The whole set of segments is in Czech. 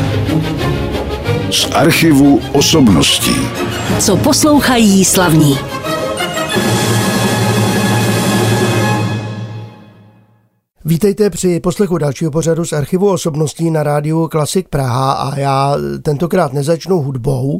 Z archivu osobností. Co poslouchají slavní. Vítejte při poslechu dalšího pořadu z archivu osobností na rádiu Klasik Praha a já tentokrát nezačnu hudbou,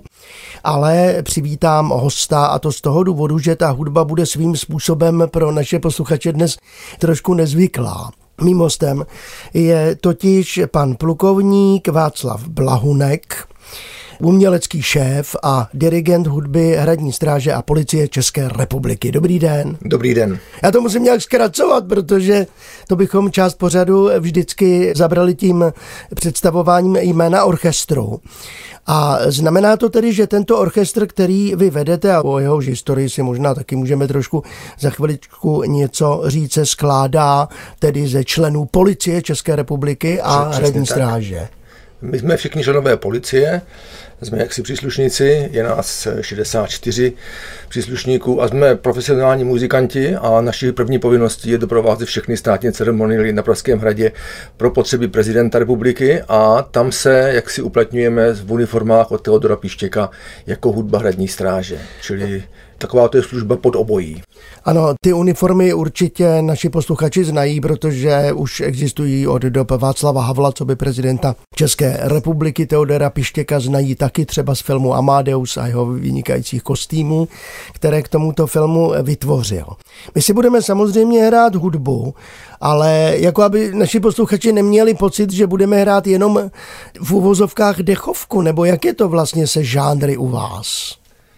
ale přivítám hosta, a to z toho důvodu, že ta hudba bude svým způsobem pro naše posluchače dnes trošku nezvyklá. Mým hostem je totiž pan plukovník Václav Blahunek, umělecký šéf a dirigent hudby Hradní stráže a Policie České republiky. Dobrý den. Dobrý den. Já to musím nějak zkracovat, protože to bychom část pořadu vždycky zabrali tím představováním jména orchestru. A znamená to tedy, že tento orchestr, který vy vedete, a o jehož historii si možná taky můžeme trošku za chviličku něco říct, se skládá tedy ze členů Policie České republiky a Hradní stráže. My jsme všichni členové policie, jsme jaksi příslušníci, je nás 64 příslušníků a jsme profesionální muzikanti a naší první povinností je doprovázet všechny státní ceremonie na Pražském hradě pro potřeby prezidenta republiky a tam se jaksi uplatňujeme v uniformách od Teodora Pištěka jako hudba Hradní stráže, čili taková to je služba pod obojí. Ano, ty uniformy určitě naši posluchači znají, protože už existují od dob Václava Havla, co by prezidenta České republiky. Teodora Pištěka znají taky třeba z filmu Amadeus a jeho vynikajících kostýmů, které k tomuto filmu vytvořil. My si budeme samozřejmě hrát hudbu, ale jako aby naši posluchači neměli pocit, že budeme hrát jenom v uvozovkách dechovku, nebo jak je to vlastně se žánry u vás?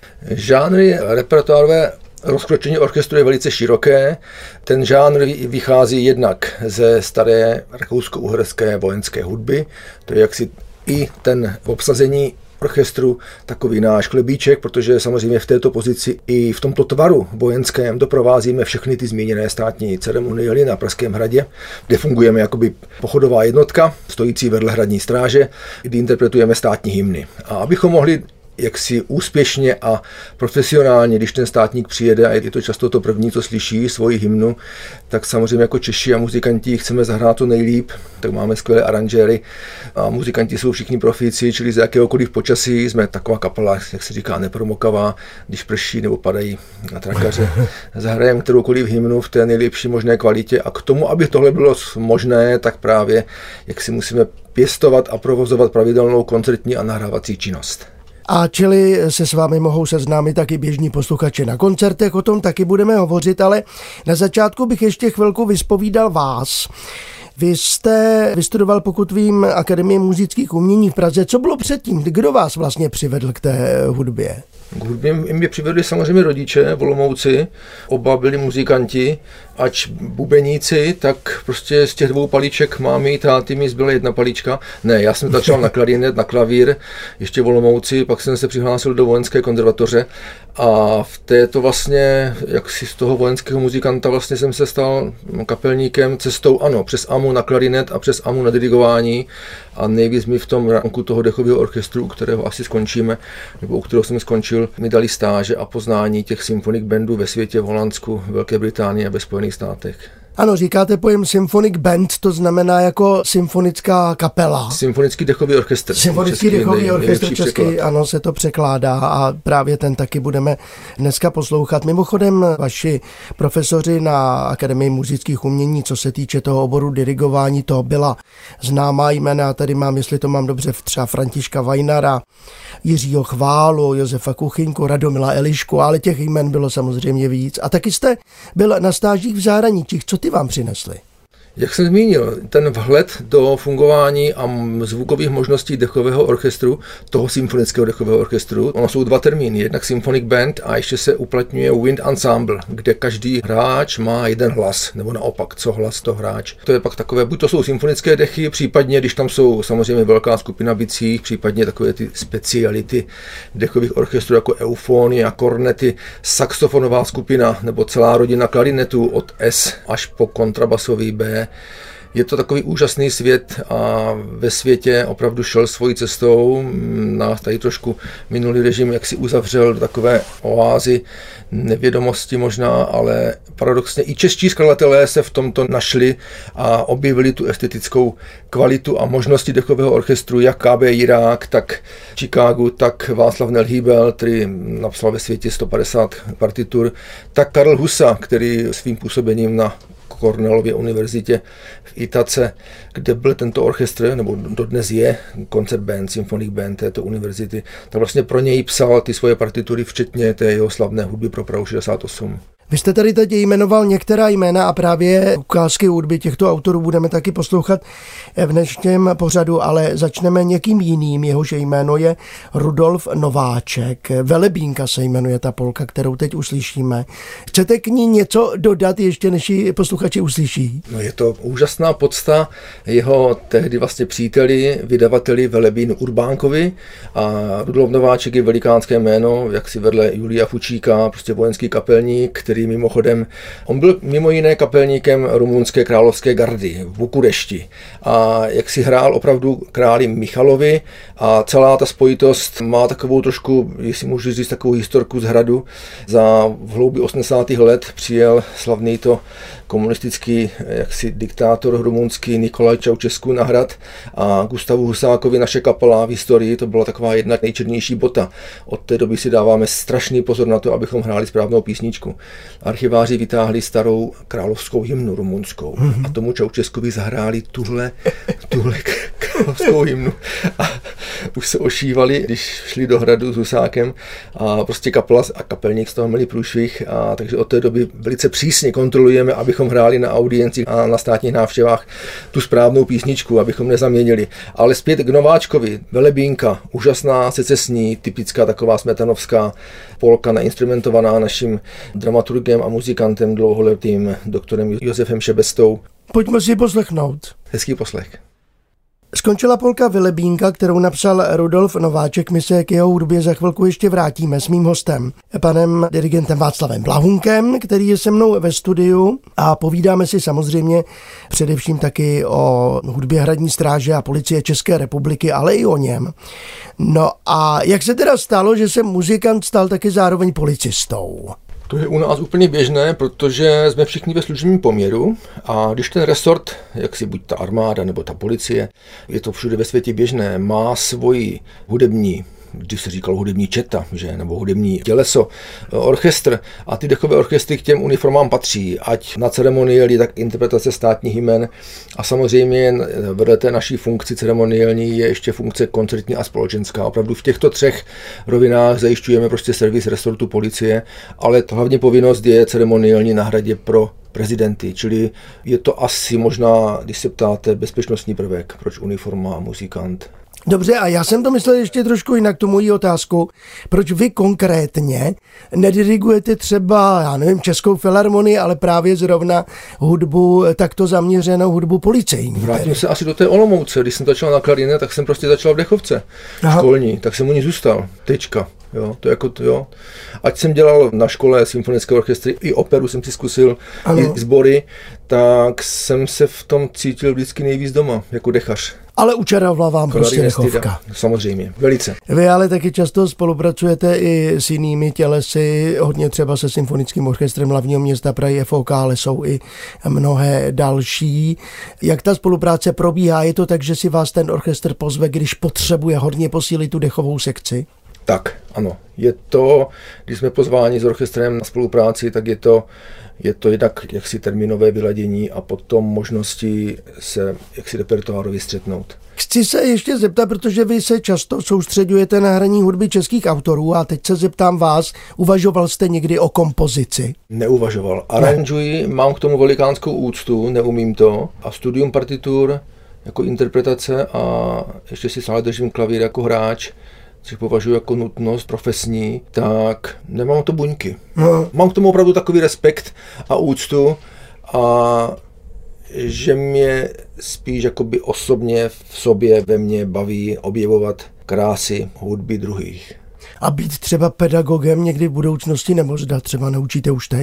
Žánry repertoárové rozkročení orchestru je velice široké. Ten žánr vychází jednak ze staré rakousko-uherské vojenské hudby, to je jaksi i ten v obsazení orchestru takový náš chlebíček, protože samozřejmě v této pozici i v tomto tvaru vojenském doprovázíme všechny ty zmíněné státní ceremonie na Pražském hradě, kde fungujeme jakoby pochodová jednotka, stojící vedle Hradní stráže, kdy interpretujeme státní hymny. A abychom mohli jaksi úspěšně a profesionálně, když ten státník přijede a je to často to první, co slyší svoji hymnu, tak samozřejmě jako Češi a muzikanti chceme zahrát to nejlíp, tak máme skvělé aranžéry a muzikanti jsou všichni profíci, čili z jakéhokoliv počasí jsme taková kapela, jak se říká, nepromokavá, když prší nebo padají na trakaře. Zahrajeme kteroukoliv hymnu v té nejlepší možné kvalitě a k tomu, aby tohle bylo možné, tak právě jak si musíme pěstovat a provozovat pravidelnou koncertní a nahrávací činnost. A čili se s vámi mohou seznámit taky běžní posluchači na koncertech, o tom taky budeme hovořit, ale na začátku bych ještě chvilku vyspovídal vás. Vy jste vystudoval, pokud vím, Akademii múzických umění v Praze. Co bylo předtím? Kdo vás vlastně přivedl k té hudbě? K hudbě mě přivedli samozřejmě rodiče, Olomouci, oba byli muzikanti, ač bubeníci, tak prostě z těch dvou palíček mámy, táty mi zbyla jedna palíčka. Ne, já jsem začal na klarinet, na klavír, ještě v Olomouci, pak jsem se přihlásil do vojenské konzervatoře a v této vlastně, jak si z toho vojenského muzikanta vlastně jsem se stal kapelníkem cestou, ano, přes AMU na klarinet a přes AMU na dirigování a nejvíc mi v tom ranku toho dechového orchestru, u kterého asi skončíme, nebo u kterého jsem skončil, mi dali stáže a poznání těch symphonic bandů ve světě, v Holandsku, Velké Británii a ve Spojených státech. Ano, říkáte pojem symphonic band, to znamená jako symfonická kapela. Symfonický dechový orchestr. Symfonický dechový orchestr český, ano, se to překládá a právě ten taky budeme dneska poslouchat. Mimochodem, vaši profesoři na Akademii múzických umění, co se týče toho oboru dirigování, to byla známá jména. Tady mám, jestli to mám dobře, třeba Františka Vajnara, Jiřího Chválu, Josefa Kuchynku, Radomila Elišku, ale těch jmen bylo samozřejmě víc. A taky jste byl na stážích v zahraničích. Co ty vám přinesli? Jak jsem zmínil, ten vhled do fungování a zvukových možností dechového orchestru, toho symfonického dechového orchestru, ono jsou dva termíny, jednak symphonic band a ještě se uplatňuje wind ensemble, kde každý hráč má jeden hlas, nebo naopak, co hlas, to hráč. To je pak takové, buď to jsou symfonické dechy, případně, když tam jsou samozřejmě velká skupina bicích, případně takové ty speciality dechových orchestrů jako eufony a kornety, saxofonová skupina nebo celá rodina klarinetů od S až po kontrabasový B. Je to takový úžasný svět a ve světě opravdu šel svojí cestou. Nás tady trošku minulý režim jaksi uzavřel do takové oázy nevědomosti možná, ale paradoxně i čeští skladatelé se v tomto našli a objevili tu estetickou kvalitu a možnosti dechového orchestru, jak KB Jirák, tak Chicago, tak Václav Nelhýbel, který napsal ve světě 150 partitur, tak Karel Husa, který svým působením na Cornellově univerzitě v Itace, kde byl tento orchestr, nebo dodnes je concert band, symphonic band této univerzity, tak vlastně pro něj psal ty svoje partitury, včetně té jeho slavné hudby pro Prahu 68. Vy jste tady teď jmenoval některá jména a právě ukázky hudby těchto autorů budeme taky poslouchat v dnešním pořadu, ale začneme někým jiným. Jehož jméno je Rudolf Nováček. Velebínka se jmenuje ta polka, kterou teď uslyšíme. Chcete k ní něco dodat ještě, než ji posluchači uslyší? No, je to úžasná podsta jeho tehdy vlastně příteli, vydavateli Velebínu Urbánkovi, a Rudolf Nováček je velikánské jméno, jak si vedle Julia Fučíka, prostě vojenský kapelník, který mimochodem, on byl mimo jiné kapelníkem rumunské královské gardy v Bukurešti a jak si hrál opravdu králi Michalovi a celá ta spojitost má takovou trošku, jestli můžu říct, takovou historku z hradu. V hloubi 80. let přijel slavný to komunistický jaksi diktátor rumunský Nikolaj Čaučesku na hrad a Gustavu Husákovi naše kapela v historii, to byla taková jedna nejčernější bota. Od té doby si dáváme strašný pozor na to, abychom hráli správnou písničku. Archiváři vytáhli starou královskou hymnu rumunskou a tomu Čaučeskovi zahráli tuhle královskou hymnu a už se ošívali, když šli do hradu s Husákem a prostě kapela a kapelník z toho měli průšvih, a takže od té doby velice přísně kontrolujeme, abychom hráli na audiencích a na státních návštěvách tu správnou písničku, abychom nezaměnili. Ale zpět k Nováčkovi, Velebínka, úžasná secesní, typická taková smetanovská polka nainstrumentovaná naším dramaturgem a muzikantem dlouholetým doktorem Josefem Šebestou. Pojďme si poslechnout. Hezký poslech. Skončila polka Velebínka, kterou napsal Rudolf Nováček. My se k jeho hudbě za chvilku ještě vrátíme s mým hostem, panem dirigentem Václavem Blahunkem, který je se mnou ve studiu, a povídáme si samozřejmě především taky o hudbě Hradní stráže a Policie České republiky, ale i o něm. No a jak se teda stalo, že se muzikant stal taky zároveň policistou? To je u nás úplně běžné, protože jsme všichni ve služebním poměru a když ten resort, jak si buď ta armáda nebo ta policie, je to všude ve světě běžné, má svoji hudební, když se říkalo hudební četa, že, nebo hudební těleso, orchestr, a ty dechové orchestry k těm uniformám patří, ať na ceremoniály, tak interpretace státních jmen, a samozřejmě vedle té naší funkci ceremoniální je ještě funkce koncertní a společenská. Opravdu v těchto třech rovinách zajišťujeme prostě servis resortu policie, ale ta hlavní povinnost je ceremoniální na Hradě pro prezidenty, čili je to asi možná, když se ptáte, bezpečnostní prvek, proč uniforma a muzikant. Dobře, a já jsem to myslel ještě trošku jinak, tu moji otázku. Proč vy konkrétně nedirigujete třeba, já nevím, Českou filharmonii, ale právě zrovna hudbu, takto zaměřenou hudbu policejní? Vrátím se asi do té Olomouce. Když jsem začal na klarinet, tak jsem prostě začal v dechovce školní, tak jsem u ní zůstal. Tečka. Jo, to jako to, jo. Ať jsem dělal na škole symfonické orchestry, i operu jsem si zkusil, i sbory, tak jsem se v tom cítil vždycky nejvíc doma, jako dechař. Ale učarovala vám prostě dechovka. Samozřejmě, velice. Vy ale taky často spolupracujete i s jinými tělesy, hodně třeba se Symfonickým orchestrem hlavního města Prahy FOK, ale jsou i mnohé další. Jak ta spolupráce probíhá? Je to tak, že si vás ten orchestr pozve, když potřebuje hodně posílit tu dechovou sekci? Tak, ano. Je to, když jsme pozváni s orchestrem na spolupráci, tak je to jednak jaksi termínové vyladění a potom možnosti se jaksi repertoárově střetnout. Chci se ještě zeptat, protože vy se často soustředujete na hraní hudby českých autorů, a teď se zeptám vás, uvažoval jste někdy o kompozici? Neuvažoval. Aranžuji, mám k tomu velikánskou úctu, neumím to, a studium partitur jako interpretace a ještě si stále držím klavír jako hráč, což považuji jako nutnost profesní, tak nemám to buňky. Mám k tomu opravdu takový respekt a úctu, a že mě spíš jakoby osobně v sobě ve mně baví objevovat krásy hudby druhých. A být třeba pedagogem někdy v budoucnosti, nebo zda třeba neučíte už teď?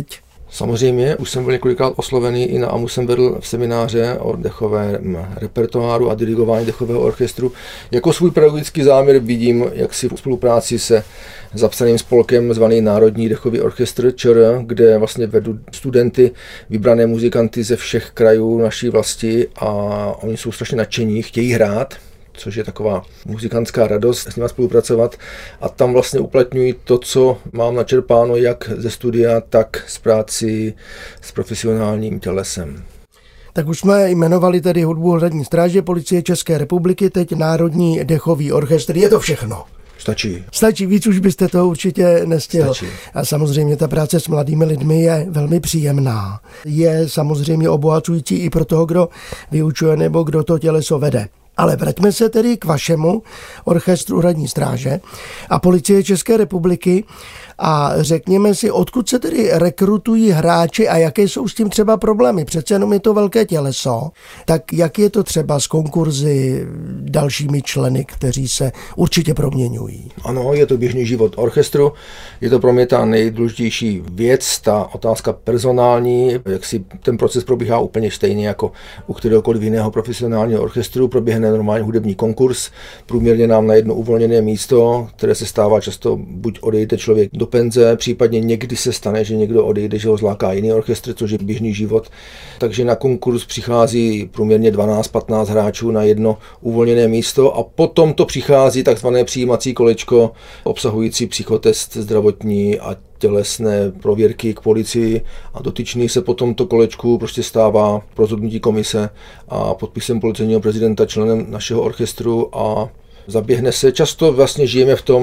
Samozřejmě, už jsem byl několikrát oslovený i na AMU jsem vedl semináře o dechovém repertoáru a dirigování dechového orchestru. Jako svůj pedagogický záměr vidím, jak si v spolupráci se zapsaným spolkem zvaný Národní dechový orchestr ČR, kde vlastně vedu studenty, vybrané muzikanty ze všech krajů naší vlasti a oni jsou strašně nadšení, chtějí hrát, což je taková muzikantská radost s nimi spolupracovat a tam vlastně uplatňují to, co mám načerpáno jak ze studia, tak z práci s profesionálním tělesem. Tak už jsme jmenovali tedy hudbu Hradní stráže, Policie České republiky, teď Národní dechový orchestr. Je to všechno? Stačí, víc už byste to určitě nestihl. Stačí. A samozřejmě ta práce s mladými lidmi je velmi příjemná. Je samozřejmě obohacující i pro toho, kdo vyučuje nebo kdo to těleso vede. Ale vraťme se tedy k vašemu orchestru Hradní stráže a Policie České republiky a řekněme si, odkud se tedy rekrutují hráči a jaké jsou s tím třeba problémy. Přece jenom je to velké těleso, tak jak je to třeba s konkurzy dalšími členy, kteří se určitě proměňují? Ano, je to běžný život orchestru, je to pro mě ta nejdůležitější věc, ta otázka personální, jak si ten proces probíhá úplně stejně jako u kteréhokoliv jiného profesionálního orchestru, proběhne normální hudební konkurs, průměrně nám na jedno uvolněné místo, které se stává často, buď odejde člověk do penze, případně někdy se stane, že někdo odejde, že ho zláká jiný orchestr, což je běžný život. Takže na konkurs přichází průměrně 12-15 hráčů na jedno uvolněné místo a potom to přichází takzvané přijímací kolečko obsahující psychotest zdravotní a tělesné prověrky k policii a dotyčný se po tomto kolečku prostě stává pro rozhodnutí komise a podpisem policejního prezidenta členem našeho orchestru a zaběhne se. Často vlastně žijeme v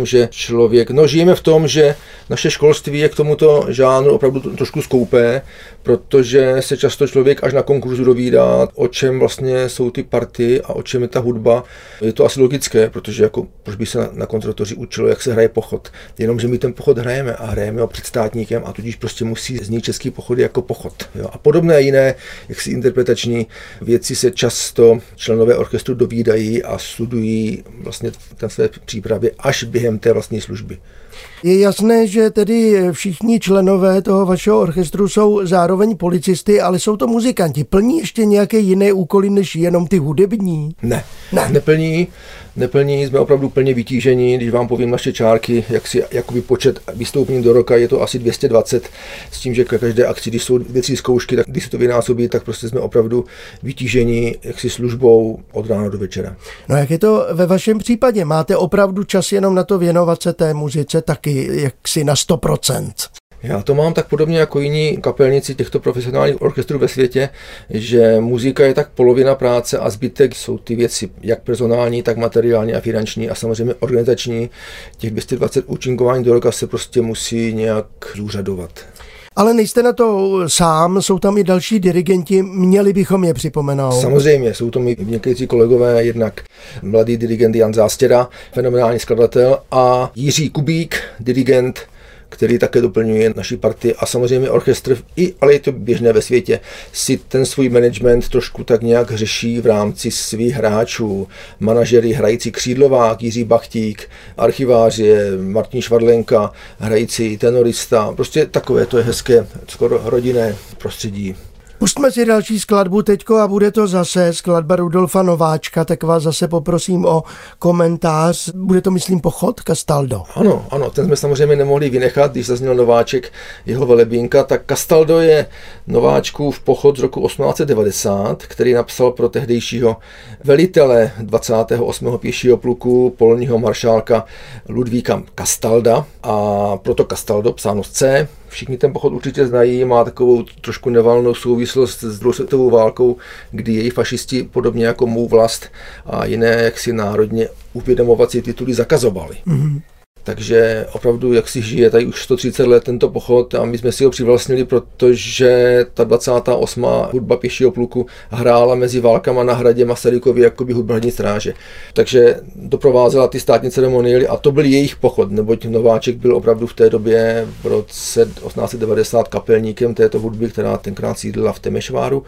tom, že naše školství je k tomuto žánru opravdu trošku skoupé, protože se často člověk až na konkurzu dovídá, o čem vlastně jsou ty party a o čem je ta hudba. Je to asi logické, protože jako proč by se na konzervatoři učilo, jak se hraje pochod. Jenomže my ten pochod hrajeme a hrajeme ho před státníkem a tudíž prostě musí znít český pochod jako pochod. Jo? A podobné jiné jaksi interpretační věci se často členové orchestru dovídají a studují vlastně v své přípravě až během té vlastní služby. Je jasné, že tedy všichni členové toho vašeho orchestru jsou zároveň policisty, ale jsou to muzikanti. Plní ještě nějaké jiné úkoly než jenom ty hudební? Ne. Neplní, jsme opravdu plně vytížení, když vám povím naše čárky, jakoby počet vystoupení do roka je to asi 220, s tím, že každé akci, když jsou 2-3 zkoušky, tak když se to vynásobí, tak prostě jsme opravdu vytížení jaksi službou od rána do večera. No jak je to ve vašem případě? Máte opravdu čas jenom na to věnovat se té muzice taky jaksi na 100%? Já to mám tak podobně jako jiní kapelníci těchto profesionálních orchestrů ve světě, že muzika je tak polovina práce a zbytek jsou ty věci, jak personální, tak materiální a finanční a samozřejmě organizační. Těch 220 účinkování do roka se prostě musí nějak zúřadovat. Ale nejste na to sám, jsou tam i další dirigenti, měli bychom je připomenout. Samozřejmě, jsou to někteří kolegové, jednak mladý dirigent Jan Zástěra, fenomenální skladatel a Jiří Kubík, dirigent, který také doplňuje naši partii a samozřejmě orchestr, ale je to běžné ve světě, si ten svůj management trošku tak nějak řeší v rámci svých hráčů. Manažery hrající křídlovák, Jiří Bachtík, archivář je Martin Švadlenka, hrající tenorista, prostě takové to je hezké, skoro rodinné prostředí. Pustme si další skladbu teďko a bude to zase skladba Rudolfa Nováčka, tak vás zase poprosím o komentář. Bude to, myslím, Pochod Castaldo. Ano, ten jsme samozřejmě nemohli vynechat, když zazněl Nováček, jeho velebínka, tak Castaldo je Nováčkův pochod z roku 1890, který napsal pro tehdejšího velitele 28. pěšího pluku polního maršálka Ludvíka Castalda a proto Castaldo, psáno s C. Všichni ten pochod určitě znají, má takovou trošku nevalnou souvislost s druhou světovou válkou, kdy její fašisti, podobně jako Mou vlast a jiné jaksi národně uvědomovací tituly zakazovali. Mm-hmm. Takže opravdu, jak si žije tady už 130 let tento pochod a my jsme si ho přivlastnili, protože ta 28. hudba pěšího pluku hrála mezi válkama na hradě Masarykově jakoby hudba Hradní stráže. Takže doprovázela ty státní ceremoniály a to byl jejich pochod, neboť Nováček byl opravdu v té době v roce 1890 kapelníkem této hudby, která tenkrát sídlila v Temešváru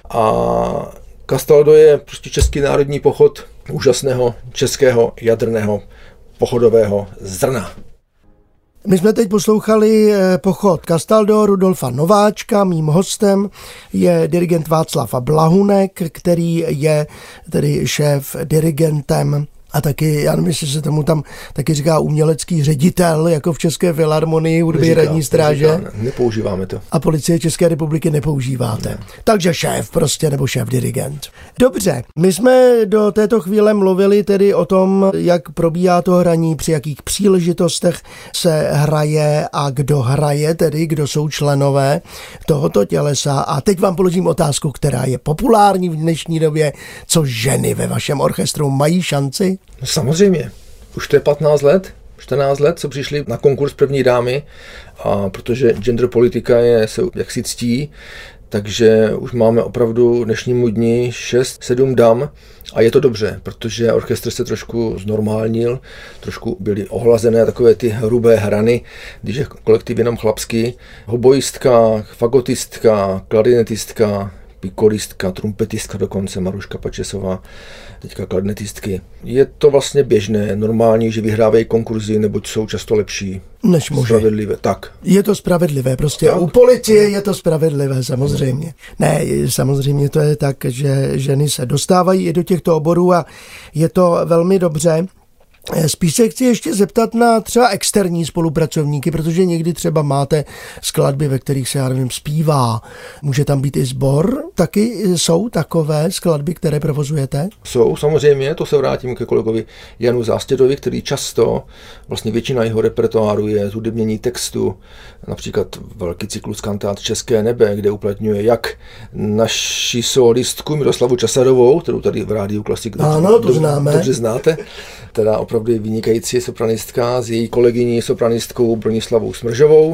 a Castaldo je prostě český národní pochod úžasného českého jadrného pochodového zrna. My jsme teď poslouchali pochod Castaldo Rudolfa Nováčka. Mým hostem je dirigent Václav Blahunek, který je tedy šéf dirigentem a taky, já nevím, jestli se tomu tam taky říká umělecký ředitel, jako v České filharmonii hudby radní stráže. Nepoužíváme to. A Policie České republiky nepoužíváte. Ne. Takže šéf prostě, nebo šéf dirigent. Dobře, my jsme do této chvíle mluvili tedy o tom, jak probíhá to hraní, při jakých příležitostech se hraje a kdo hraje, tedy kdo jsou členové tohoto tělesa. A teď vám položím otázku, která je populární v dnešní době. Co ženy ve vašem orchestru mají šanci? No samozřejmě. Už to je 15 let, 14 let, co přišli na konkurs první dámy, a protože gender politika se jaksi ctí, takže už máme opravdu dnešnímu dni 6-7 dam a je to dobře, protože orchestr se trošku znormálnil, trošku byly ohlazené takové ty hrubé hrany, když je kolektiv jenom chlapský, hoboistka, fagotistka, klarinetistka, pikolistka, trumpetistka dokonce, Maruška Pačesová, teďka klarnetistky. Je to vlastně běžné, normální, že vyhrávají konkurzy, neboť jsou často lepší. Než muži. Spravedlivé, tak. Je to spravedlivé, prostě tak. U policie je to spravedlivé, samozřejmě. Ne, samozřejmě to je tak, že ženy se dostávají i do těchto oborů a je to velmi dobře. Spíš se chci ještě zeptat na třeba externí spolupracovníky, protože někdy třeba máte skladby, ve kterých se, já nevím, zpívá. Může tam být i sbor? Taky jsou takové skladby, které provozujete? Jsou, samozřejmě, to se vrátím ke kolegovi Janu Zástědovi, který často, vlastně většina jeho repertoáru je zhudebnění textu, například velký cyklus kantát České nebe, kde uplatňuje jak naši solistku Miroslavu Časarovou, kterou tady v Rádiu Klasik dobře znáte, teda opravdu je vynikající sopranistka s její kolegyní sopranistkou Bronislavou Smržovou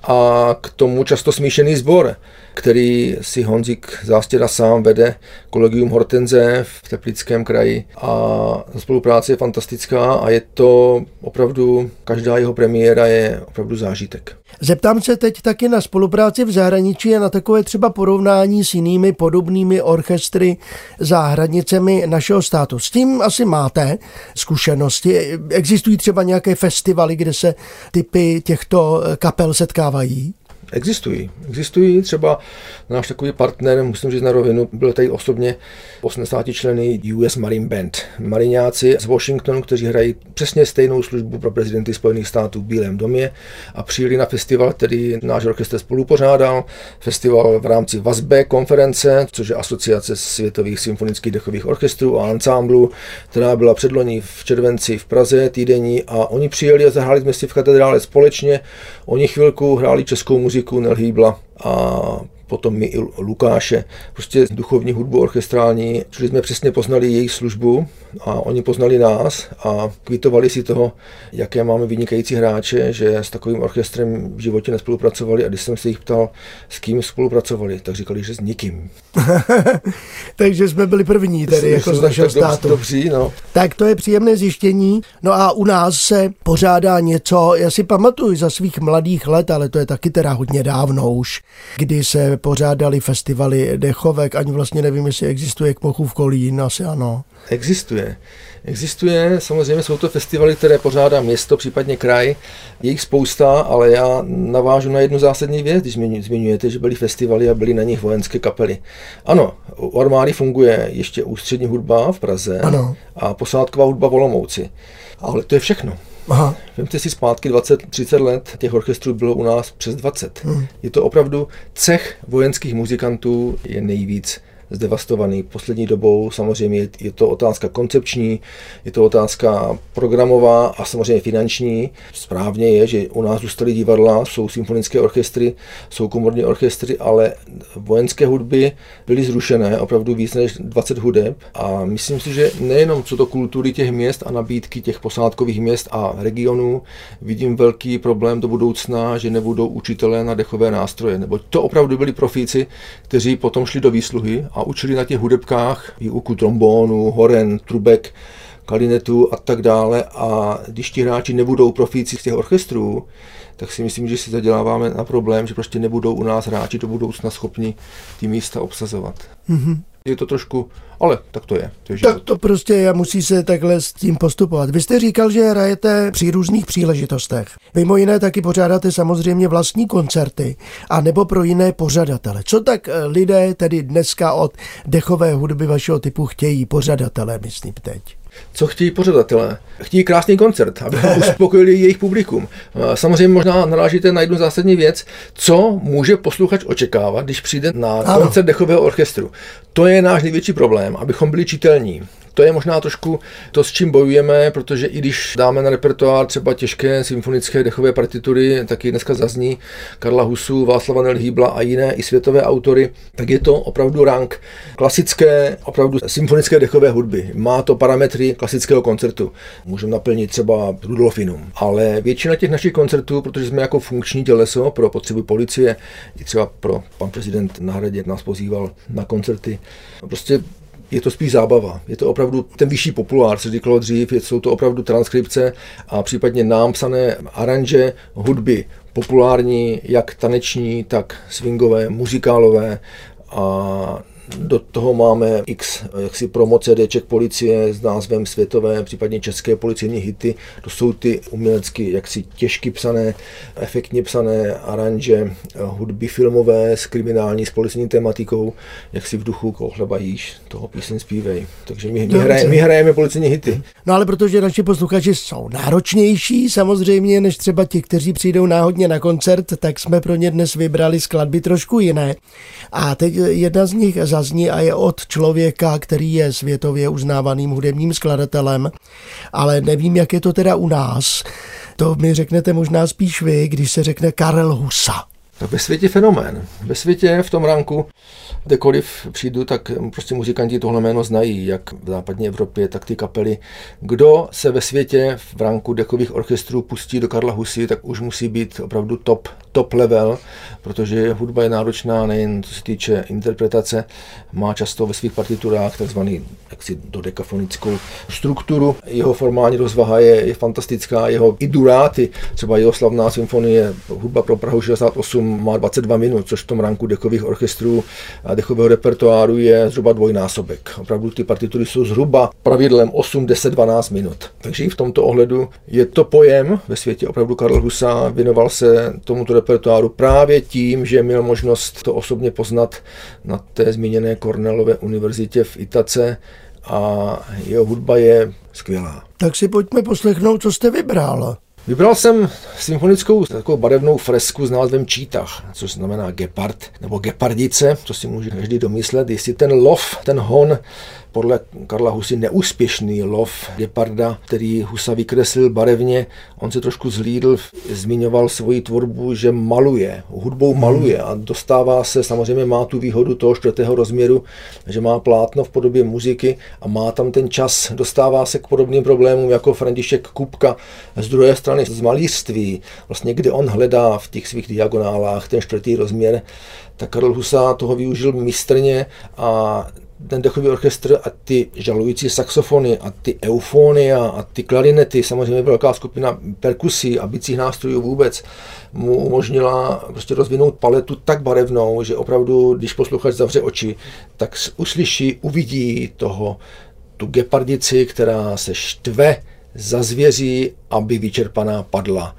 a k tomu často smíšený sbor, který si Honzík Zástěda sám vede, Collegium Hortense v Teplickém kraji a spolupráce je fantastická a je to opravdu, každá jeho premiéra je opravdu zážitek. Zeptám se teď taky na spolupráci v zahraničí a na takové třeba porovnání s jinými podobnými orchestry za hranicemi našeho státu. S tím asi máte zkušenosti. Existují třeba nějaké festivaly, kde se typy těchto kapel setkávají? Existují, třeba náš takový partner, musím říct na rovinu, byl tady osobně 80 členy US Marine Band. Mariňáci z Washingtonu, kteří hrají přesně stejnou službu pro prezidenty Spojených států v Bílém domě a přijeli na festival, který náš orchestr spolupořádal. Festival v rámci VASB konference, což je asociace světových symfonických dechových orchestrů a ansámblů, která byla předloni v červenci v Praze týdenní a oni přijeli a zahráli jsme si v katedrále společně. Oni chvilku hráli českou muziku Nel Hýbla a potom my i Lukáše, prostě duchovní hudbu orchestrální, čili jsme přesně poznali jejich službu a oni poznali nás a kvitovali si toho, jaké máme vynikající hráče, že s takovým orchestrem v životě nespolupracovali a když jsem se jich ptal, s kým spolupracovali, tak říkali, že s nikým. Takže jsme byli první tady jako z našeho státu. Dobří, no. Tak to je příjemné zjištění. No a u nás se pořádá něco, já si pamatuju za svých mladých let, ale to je taky teda hodně dávno už, kdy se pořádali festivaly dechovek, ani vlastně nevím, jestli existuje Kmochův Kolín, asi ano. Existuje, samozřejmě jsou to festivaly, které pořádá město, případně kraj, je jich spousta, ale já navážu na jednu zásadní věc, když zmiňujete, že byly festivaly a byly na nich vojenské kapely. Ano, u armády funguje ještě ústřední hudba v Praze ano. A posádková hudba v Olomouci, ale to je všechno. Aha. Vemte si zpátky 20-30 let, těch orchestrů bylo u nás přes 20. Je to opravdu cech vojenských muzikantů je nejvíc zdevastovaný poslední dobou. Samozřejmě je to otázka koncepční, je to otázka programová a samozřejmě finanční. Správně je, že u nás zůstaly divadla, jsou symfonické orchestry, jsou komorní orchestry, ale vojenské hudby byly zrušené, opravdu víc než 20 hudeb a myslím si, že nejenom co do kultury těch měst a nabídky těch posádkových měst a regionů, vidím velký problém do budoucna, že nebudou učitelé na dechové nástroje, nebo to opravdu byli profíci, kteří potom šli do výsluhy a učili na těch hudebkách výuku trombónu, horen, trubek, klarinetu a tak dále a když ti hráči nebudou profíci z těch orchestrů, tak si myslím, že si zaděláváme na problém, že prostě nebudou u nás hráči do budoucna schopni ty místa obsazovat. Je to trošku, ale tak to je. Tak to prostě je, musí se takhle s tím postupovat. Vy jste říkal, že hrajete při různých příležitostech. Mimo jiné taky pořádáte samozřejmě vlastní koncerty, a nebo pro jiné pořadatele. Co tak lidé tedy dneska od dechové hudby vašeho typu chtějí, pořadatelé, myslím teď? Co chtějí pořadatelé? Chtějí krásný koncert, abychom uspokojili jejich publikum. Samozřejmě možná narážíte na jednu zásadní věc, co může posluchač očekávat, když přijde na koncert dechového orchestru. To je náš největší problém, abychom byli čitelní. To je možná trošku to, s čím bojujeme, protože i když dáme na repertoár třeba těžké symfonické dechové partitury, taky dneska zazní Karla Husu, Václava Nelhýbla a jiné i světové autory, tak je to opravdu rang klasické, opravdu symfonické dechové hudby. Má to parametry klasického koncertu. Můžeme naplnit třeba Rudolfinum, ale většina těch našich koncertů, protože jsme jako funkční těleso pro potřeby policie, i třeba pro pan prezident na Hradě nás pozýval na koncerty, prostě je to spíš zábava. Je to opravdu ten vyšší populár, co říkalo dřív, jsou to opravdu transkripce a případně nám psané aranže hudby populární, jak taneční, tak swingové, muzikálové a do toho máme x jaksi promo CDček policie s názvem světové, případně české policejní hity. To jsou ty umělecky jaksi těžky psané, efektně psané aranže hudby filmové s kriminální, s policejní tematikou, jaksi v duchu Chleba jíž, toho píseň zpívej. Takže my hrajeme policejní hity. No ale protože naši posluchači jsou náročnější samozřejmě než třeba ti, kteří přijdou náhodně na koncert, tak jsme pro ně dnes vybrali skladby trošku jiné. A teď jedna z nich zazní a je od člověka, který je světově uznávaným hudebním skladatelem, ale nevím, jak je to teda u nás. To mi řeknete možná spíš vy, když se řekne Karel Husa. Tak ve světě fenomén. Ve světě v tom ranku, kdekoliv přijdu, tak prostě muzikanti tohle jméno znají, jak v západní Evropě, tak ty kapely. Kdo se ve světě v ranku dechových orchestrů pustí do Karla Husy, tak už musí být opravdu top level, protože hudba je náročná nejen co se týče interpretace, má často ve svých partiturách takzvaný jaksi dodekafonickou strukturu. Jeho formální rozvaha je fantastická, jeho i duráty, třeba jeho slavná symfonie Hudba pro Prahu 68 má 22 minut, což v tom ranku dechových orchestrů a dechového repertoáru je zhruba dvojnásobek. Opravdu ty partitury jsou zhruba pravidlem 8, 10, 12 minut. Takže i v tomto ohledu je to pojem ve světě. Opravdu Karel Husa věnoval se tomuto repertoáru právě tím, že měl možnost to osobně poznat na té zmíněné Cornellově univerzitě v Itace a jeho hudba je skvělá. Tak si pojďme poslechnout, co jste vybral. Vybral jsem symfonickou takovou barevnou fresku s názvem Čítah, což znamená gepard nebo gepardice, to si může každý domyslet, jestli ten lov, ten hon, podle Karla Husy neúspěšný lov geparda, který Husa vykreslil barevně, on se trošku zhlídl, zmiňoval svoji tvorbu, že maluje, hudbou maluje a dostává se, samozřejmě má tu výhodu toho 4. rozměru, že má plátno v podobě muziky a má tam ten čas, dostává se k podobným problémům jako František Kupka z druhé strany z malířství, vlastně kde on hledá v těch svých diagonálách ten 4. rozměr, tak Karel Husa toho využil mistrně a ten dechový orchestr a ty žalující saxofony a ty eufonia a ty klarinety, samozřejmě velká skupina perkusí a bicích nástrojů vůbec mu umožnila prostě rozvinout paletu tak barevnou, že opravdu, když posluchač zavře oči, tak uslyší, uvidí tu gepardici, která se štve, zazvěří, aby vyčerpaná padla.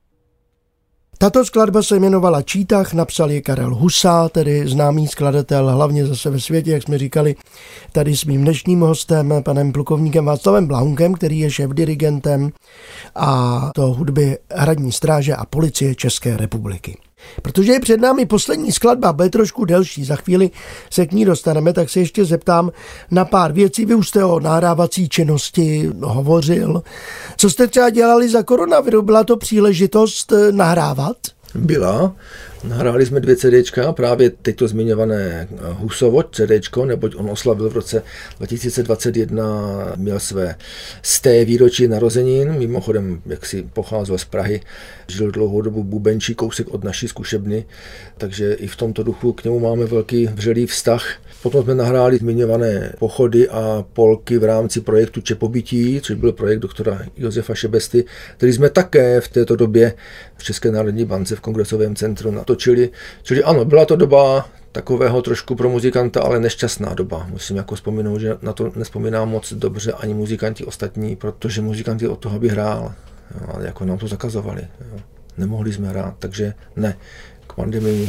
Tato skladba se jmenovala Čítah, napsal ji Karel Husa, tedy známý skladatel, hlavně zase ve světě, jak jsme říkali, tady s mým dnešním hostem, panem plukovníkem Václavem Blahunkem, který je šéfdirigentem a to hudby Hradní stráže a policie České republiky. Protože je před námi poslední skladba, bude trošku delší, za chvíli se k ní dostaneme, tak se ještě zeptám na pár věcí. Vy už jste o nahrávací činnosti hovořil. Co jste třeba dělali za koronaviru? Byla to příležitost nahrávat? Byla. Nahráli jsme 2 CDčka, právě teď to zmiňované Husovo CDčko, neboť on oslavil v roce 2021, měl své 100. výročí narozenin, mimochodem, jak si pocházel z Prahy, žil dlouhou dobu bubenčí kousek od naší zkušebny, takže i v tomto duchu k němu máme velký vřelý vztah. Potom jsme nahráli zmiňované pochody a polky v rámci projektu Čepobytí, což byl projekt doktora Josefa Šebesty, který jsme také v této době v České národní bance v Kongresovém centru natočili. Čili ano, byla to doba takového trošku pro muzikanta, ale nešťastná doba. Musím jako vzpomenout, že na to nespomínám moc dobře ani muzikanti ostatní, protože muzikanti od toho, aby hrál, jo, ale jako nám to zakazovali. Jo. Nemohli jsme hrát, takže ne. K pandemii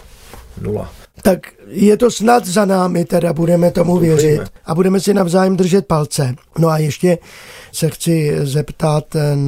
0. Tak je to snad za námi, teda budeme tomu věřit a budeme si navzájem držet palce. No a ještě se chci zeptat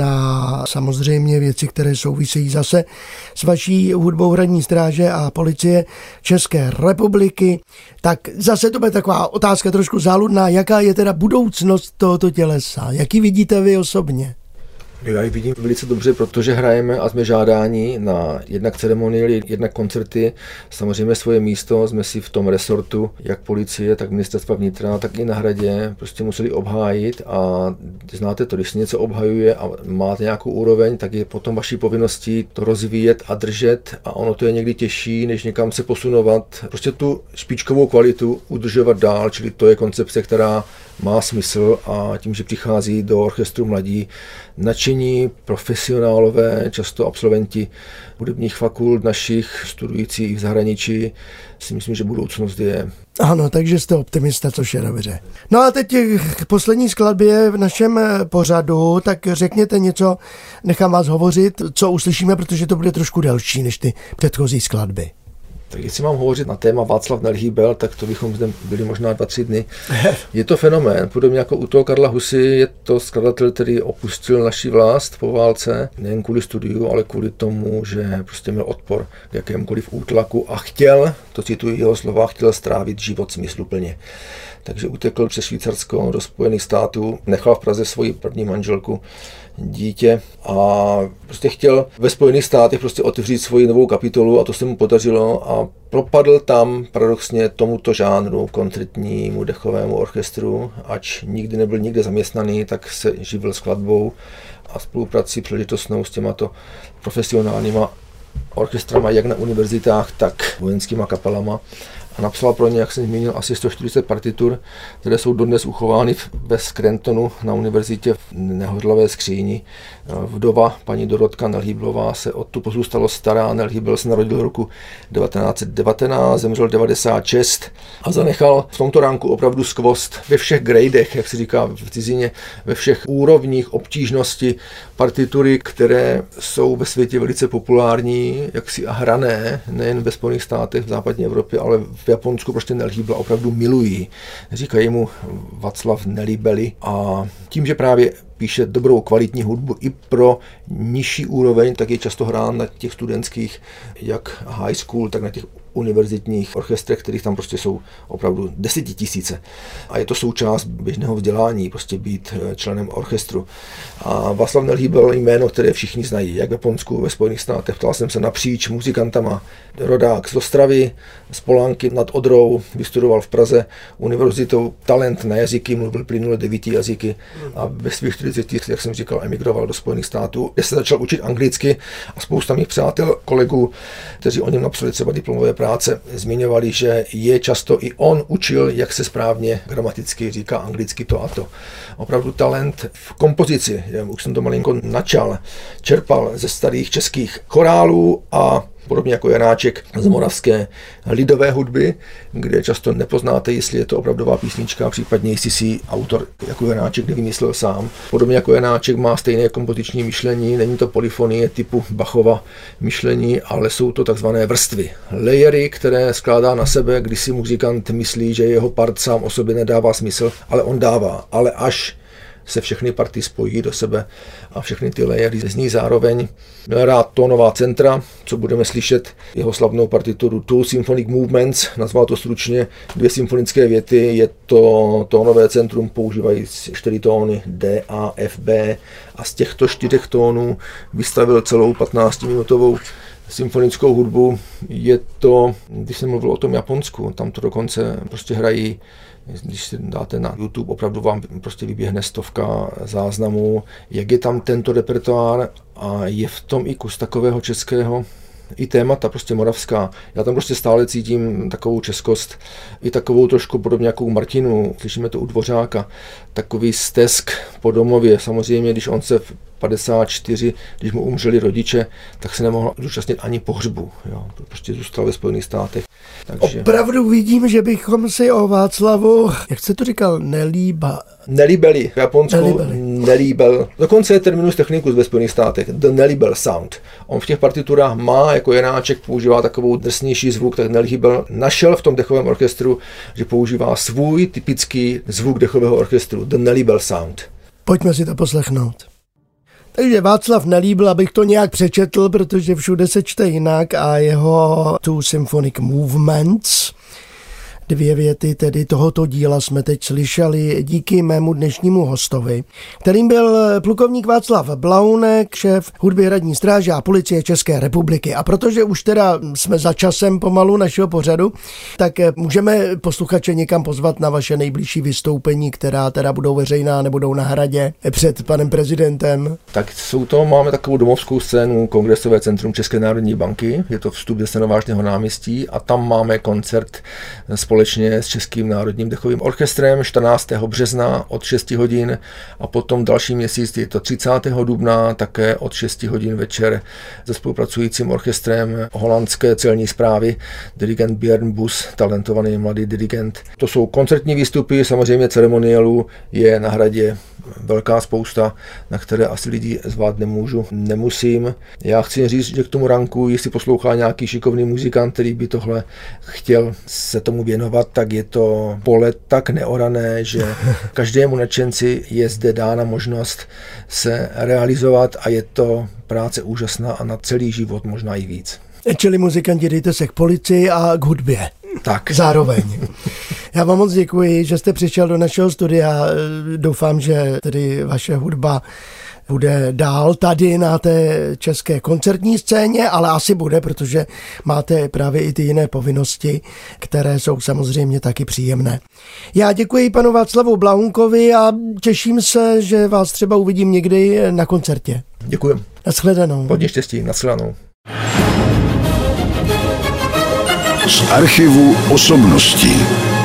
na samozřejmě věci, které souvisejí zase s vaší hudbou Hradní stráže a Policie České republiky. Tak zase to bude taková otázka trošku záludná. Jaká je teda budoucnost tohoto tělesa? Jak ji vidíte vy osobně? Já ji vidím velice dobře, protože hrajeme a jsme žádáni na jednak ceremoniály, jednak koncerty. Samozřejmě svoje místo jsme si v tom resortu, jak policie, tak ministerstva vnitra, tak i na Hradě prostě museli obhájit a znáte to, když se něco obhajuje a máte nějakou úroveň, tak je potom vaší povinností to rozvíjet a držet a ono to je někdy těžší, než někam se posunovat. Prostě tu špičkovou kvalitu udržovat dál, čili to je koncepce, která má smysl a tím, že přichází do orchestru mladí, nadšení, profesionálové, často absolventi hudebních fakult našich, studující v zahraničí, si myslím, že budoucnost je. Ano, takže jste optimista, což je dobře. No a teď k poslední skladbě v našem pořadu, tak řekněte něco, nechám vás hovořit, co uslyšíme, protože to bude trošku delší než ty předchozí skladby. Tak jestli mám hovořit na téma Václav Nelhýbel, tak to bychom zde byli možná 2-3 dny. Je to fenomén, podobně jako u toho Karla Husy, je to skladatel, který opustil naši vlast po válce, nejen kvůli studiu, ale kvůli tomu, že prostě měl odpor k jakémukoliv útlaku a chtěl, to cituji jeho slova, chtěl strávit život smysluplně. Takže utekl přes Švýcarsko do Spojených států, nechal v Praze svoji první manželku, dítě a prostě chtěl ve Spojených státech prostě otevřít svoji novou kapitolu a to se mu podařilo a propadl tam paradoxně tomuto žánru, koncertnímu dechovému orchestru, ač nikdy nebyl nikde zaměstnaný, tak se živil skladbou a spoluprací příležitostnou s těmato profesionálníma orchestrama jak na univerzitách, tak vojenskýma kapelama. A napsal pro ně, jak jsem zmínil, asi 140 partitur, které jsou dodnes uchovány ve Scrantonu na univerzitě v nehodlavé skříni. Vdova paní Dorotka Nelhýblová se od tu pozůstalo stará. Nelhýbel se narodil roku 1919, zemřel 96 a zanechal v tomto ránku opravdu skvost ve všech gradech, jak se říká v cizině, ve všech úrovních obtížnosti partitury, které jsou ve světě velice populární, jaksi a hrané, nejen ve Spojených státech, v západní Evropě, ale v Japonsku prostě Nelhýbla opravdu milují. Říkají mu Václav Nelhýbeli a tím, že právě píše dobrou kvalitní hudbu i pro nižší úroveň, tak je často hrán na těch studentských, jak high school, tak na těch univerzitních orchestrech, kterých tam prostě jsou opravdu 10 000. A je to součást běžného vzdělání, prostě být členem orchestru. A Václav Nelhýbel je jméno, které všichni znají, jak v Japonsku, ve Spojených státech. Ptal jsem se napříč muzikantama. Rodák z Ostravy, z Polánky nad Odrou, vystudoval v Praze univerzitou, talent na jazyky, mluvil plynule 9 jazyky a ve svých 40, jak jsem říkal, emigroval do Spojených států, kde se začal učit anglicky a spousta mých přátel, kolegů, kteří o něm napsali třeba diplomové práce, zmiňovali, že je často i on učil, jak se správně gramaticky říká anglicky to a to. Opravdu talent v kompozici, už jsem to malinko načal, čerpal ze starých českých chorálů a podobně jako Janáček z moravské lidové hudby, kde často nepoznáte, jestli je to opravdová písnička, případně jestli si autor jako Janáček nevymyslel sám. Podobně jako Janáček má stejné kompoziční myšlení, není to polyfonie typu Bachova myšlení, ale jsou to takzvané vrstvy. Layery, které skládá na sebe, když si muzikant myslí, že jeho part sám o sobě nedává smysl, ale on dává, ale až se všechny party spojí do sebe a všechny ty layery zní zároveň. Měl rád tónová centra, co budeme slyšet jeho slavnou partituru Two Symphonic Movements, nazval to stručně 2 symfonické věty, je to tónové centrum, používají 4 tóny D, A, F, B a z těchto 4 tónů vystavil celou 15-minutovou symfonickou hudbu. Je to, když jsem mluvil o tom Japonsku, tam to dokonce prostě hrají, když si dáte na YouTube, opravdu vám prostě vyběhne 100 záznamů, jak je tam tento repertoár a je v tom i kus takového českého i témata prostě moravská. Já tam prostě stále cítím takovou českost, i takovou trošku podobně jako u Martinu, slyšíme to u Dvořáka, takový stesk po domově. Samozřejmě, když on se v 54, když mu umřeli rodiče, tak se nemohl zúčastnit ani pohřbu. Jo. Prostě zůstal ve Spojených státech. Takže... Opravdu vidím, že bychom si o Václavu, jak jste to říkal, Nelíbeli. V Japonsku nelíbel. Dokonce je terminus technicus ve Spojených státech. The nelíbel sound. On v těch partiturách má, jako Janáček používá takovou drsnější zvuk, tak nelíbel našel v tom dechovém orchestru, že používá svůj typický zvuk dechového orchestru. The nelíbel sound. Pojďme si to poslechnout. Takže Václav Nelíbel, abych to nějak přečetl, protože všude se čte jinak, a jeho Two Symphonic Movements, 2 věty tedy tohoto díla jsme teď slyšeli díky mému dnešnímu hostovi, kterým byl plukovník Václav Blahounek, šéf hudby hradní stráže a policie České republiky. A protože už teda jsme za časem pomalu našeho pořadu, tak můžeme posluchače někam pozvat na vaše nejbližší vystoupení, která teda budou veřejná, nebudou na hradě před panem prezidentem. Tak máme takovou domovskou scénu, Kongresové centrum České národní banky, je to vstup ze Stanovážného náměstí a tam máme koncert společně s Českým národním dechovým orchestrem 14. března od 6 hodin a potom další měsíc je to 30. dubna také od 6 hodin večer se spolupracujícím orchestrem holandské celní správy, dirigent Björn Bus, talentovaný mladý dirigent. To jsou koncertní výstupy, samozřejmě ceremoniálů je na hradě velká spousta, na které asi lidi zvát nemusím. Já chci říct, že k tomu ranku, jestli poslouchá nějaký šikovný muzikant, který by tohle chtěl se tomu věnovat, tak je to pole tak neorané, že každému nadšenci je zde dána možnost se realizovat a je to práce úžasná a na celý život možná i víc. Čili muzikanti, dejte se k policii a k hudbě. Tak. Zároveň. Já vám moc děkuji, že jste přišel do našeho studia. Doufám, že tedy vaše hudba bude dál tady na té české koncertní scéně, ale asi bude, protože máte právě i ty jiné povinnosti, které jsou samozřejmě taky příjemné. Já děkuji panu Václavu Blahounkovi a těším se, že vás třeba uvidím někdy na koncertě. Děkuji. Nashledanou. Hodně štěstí. Nashledanou. Z archivu osobností.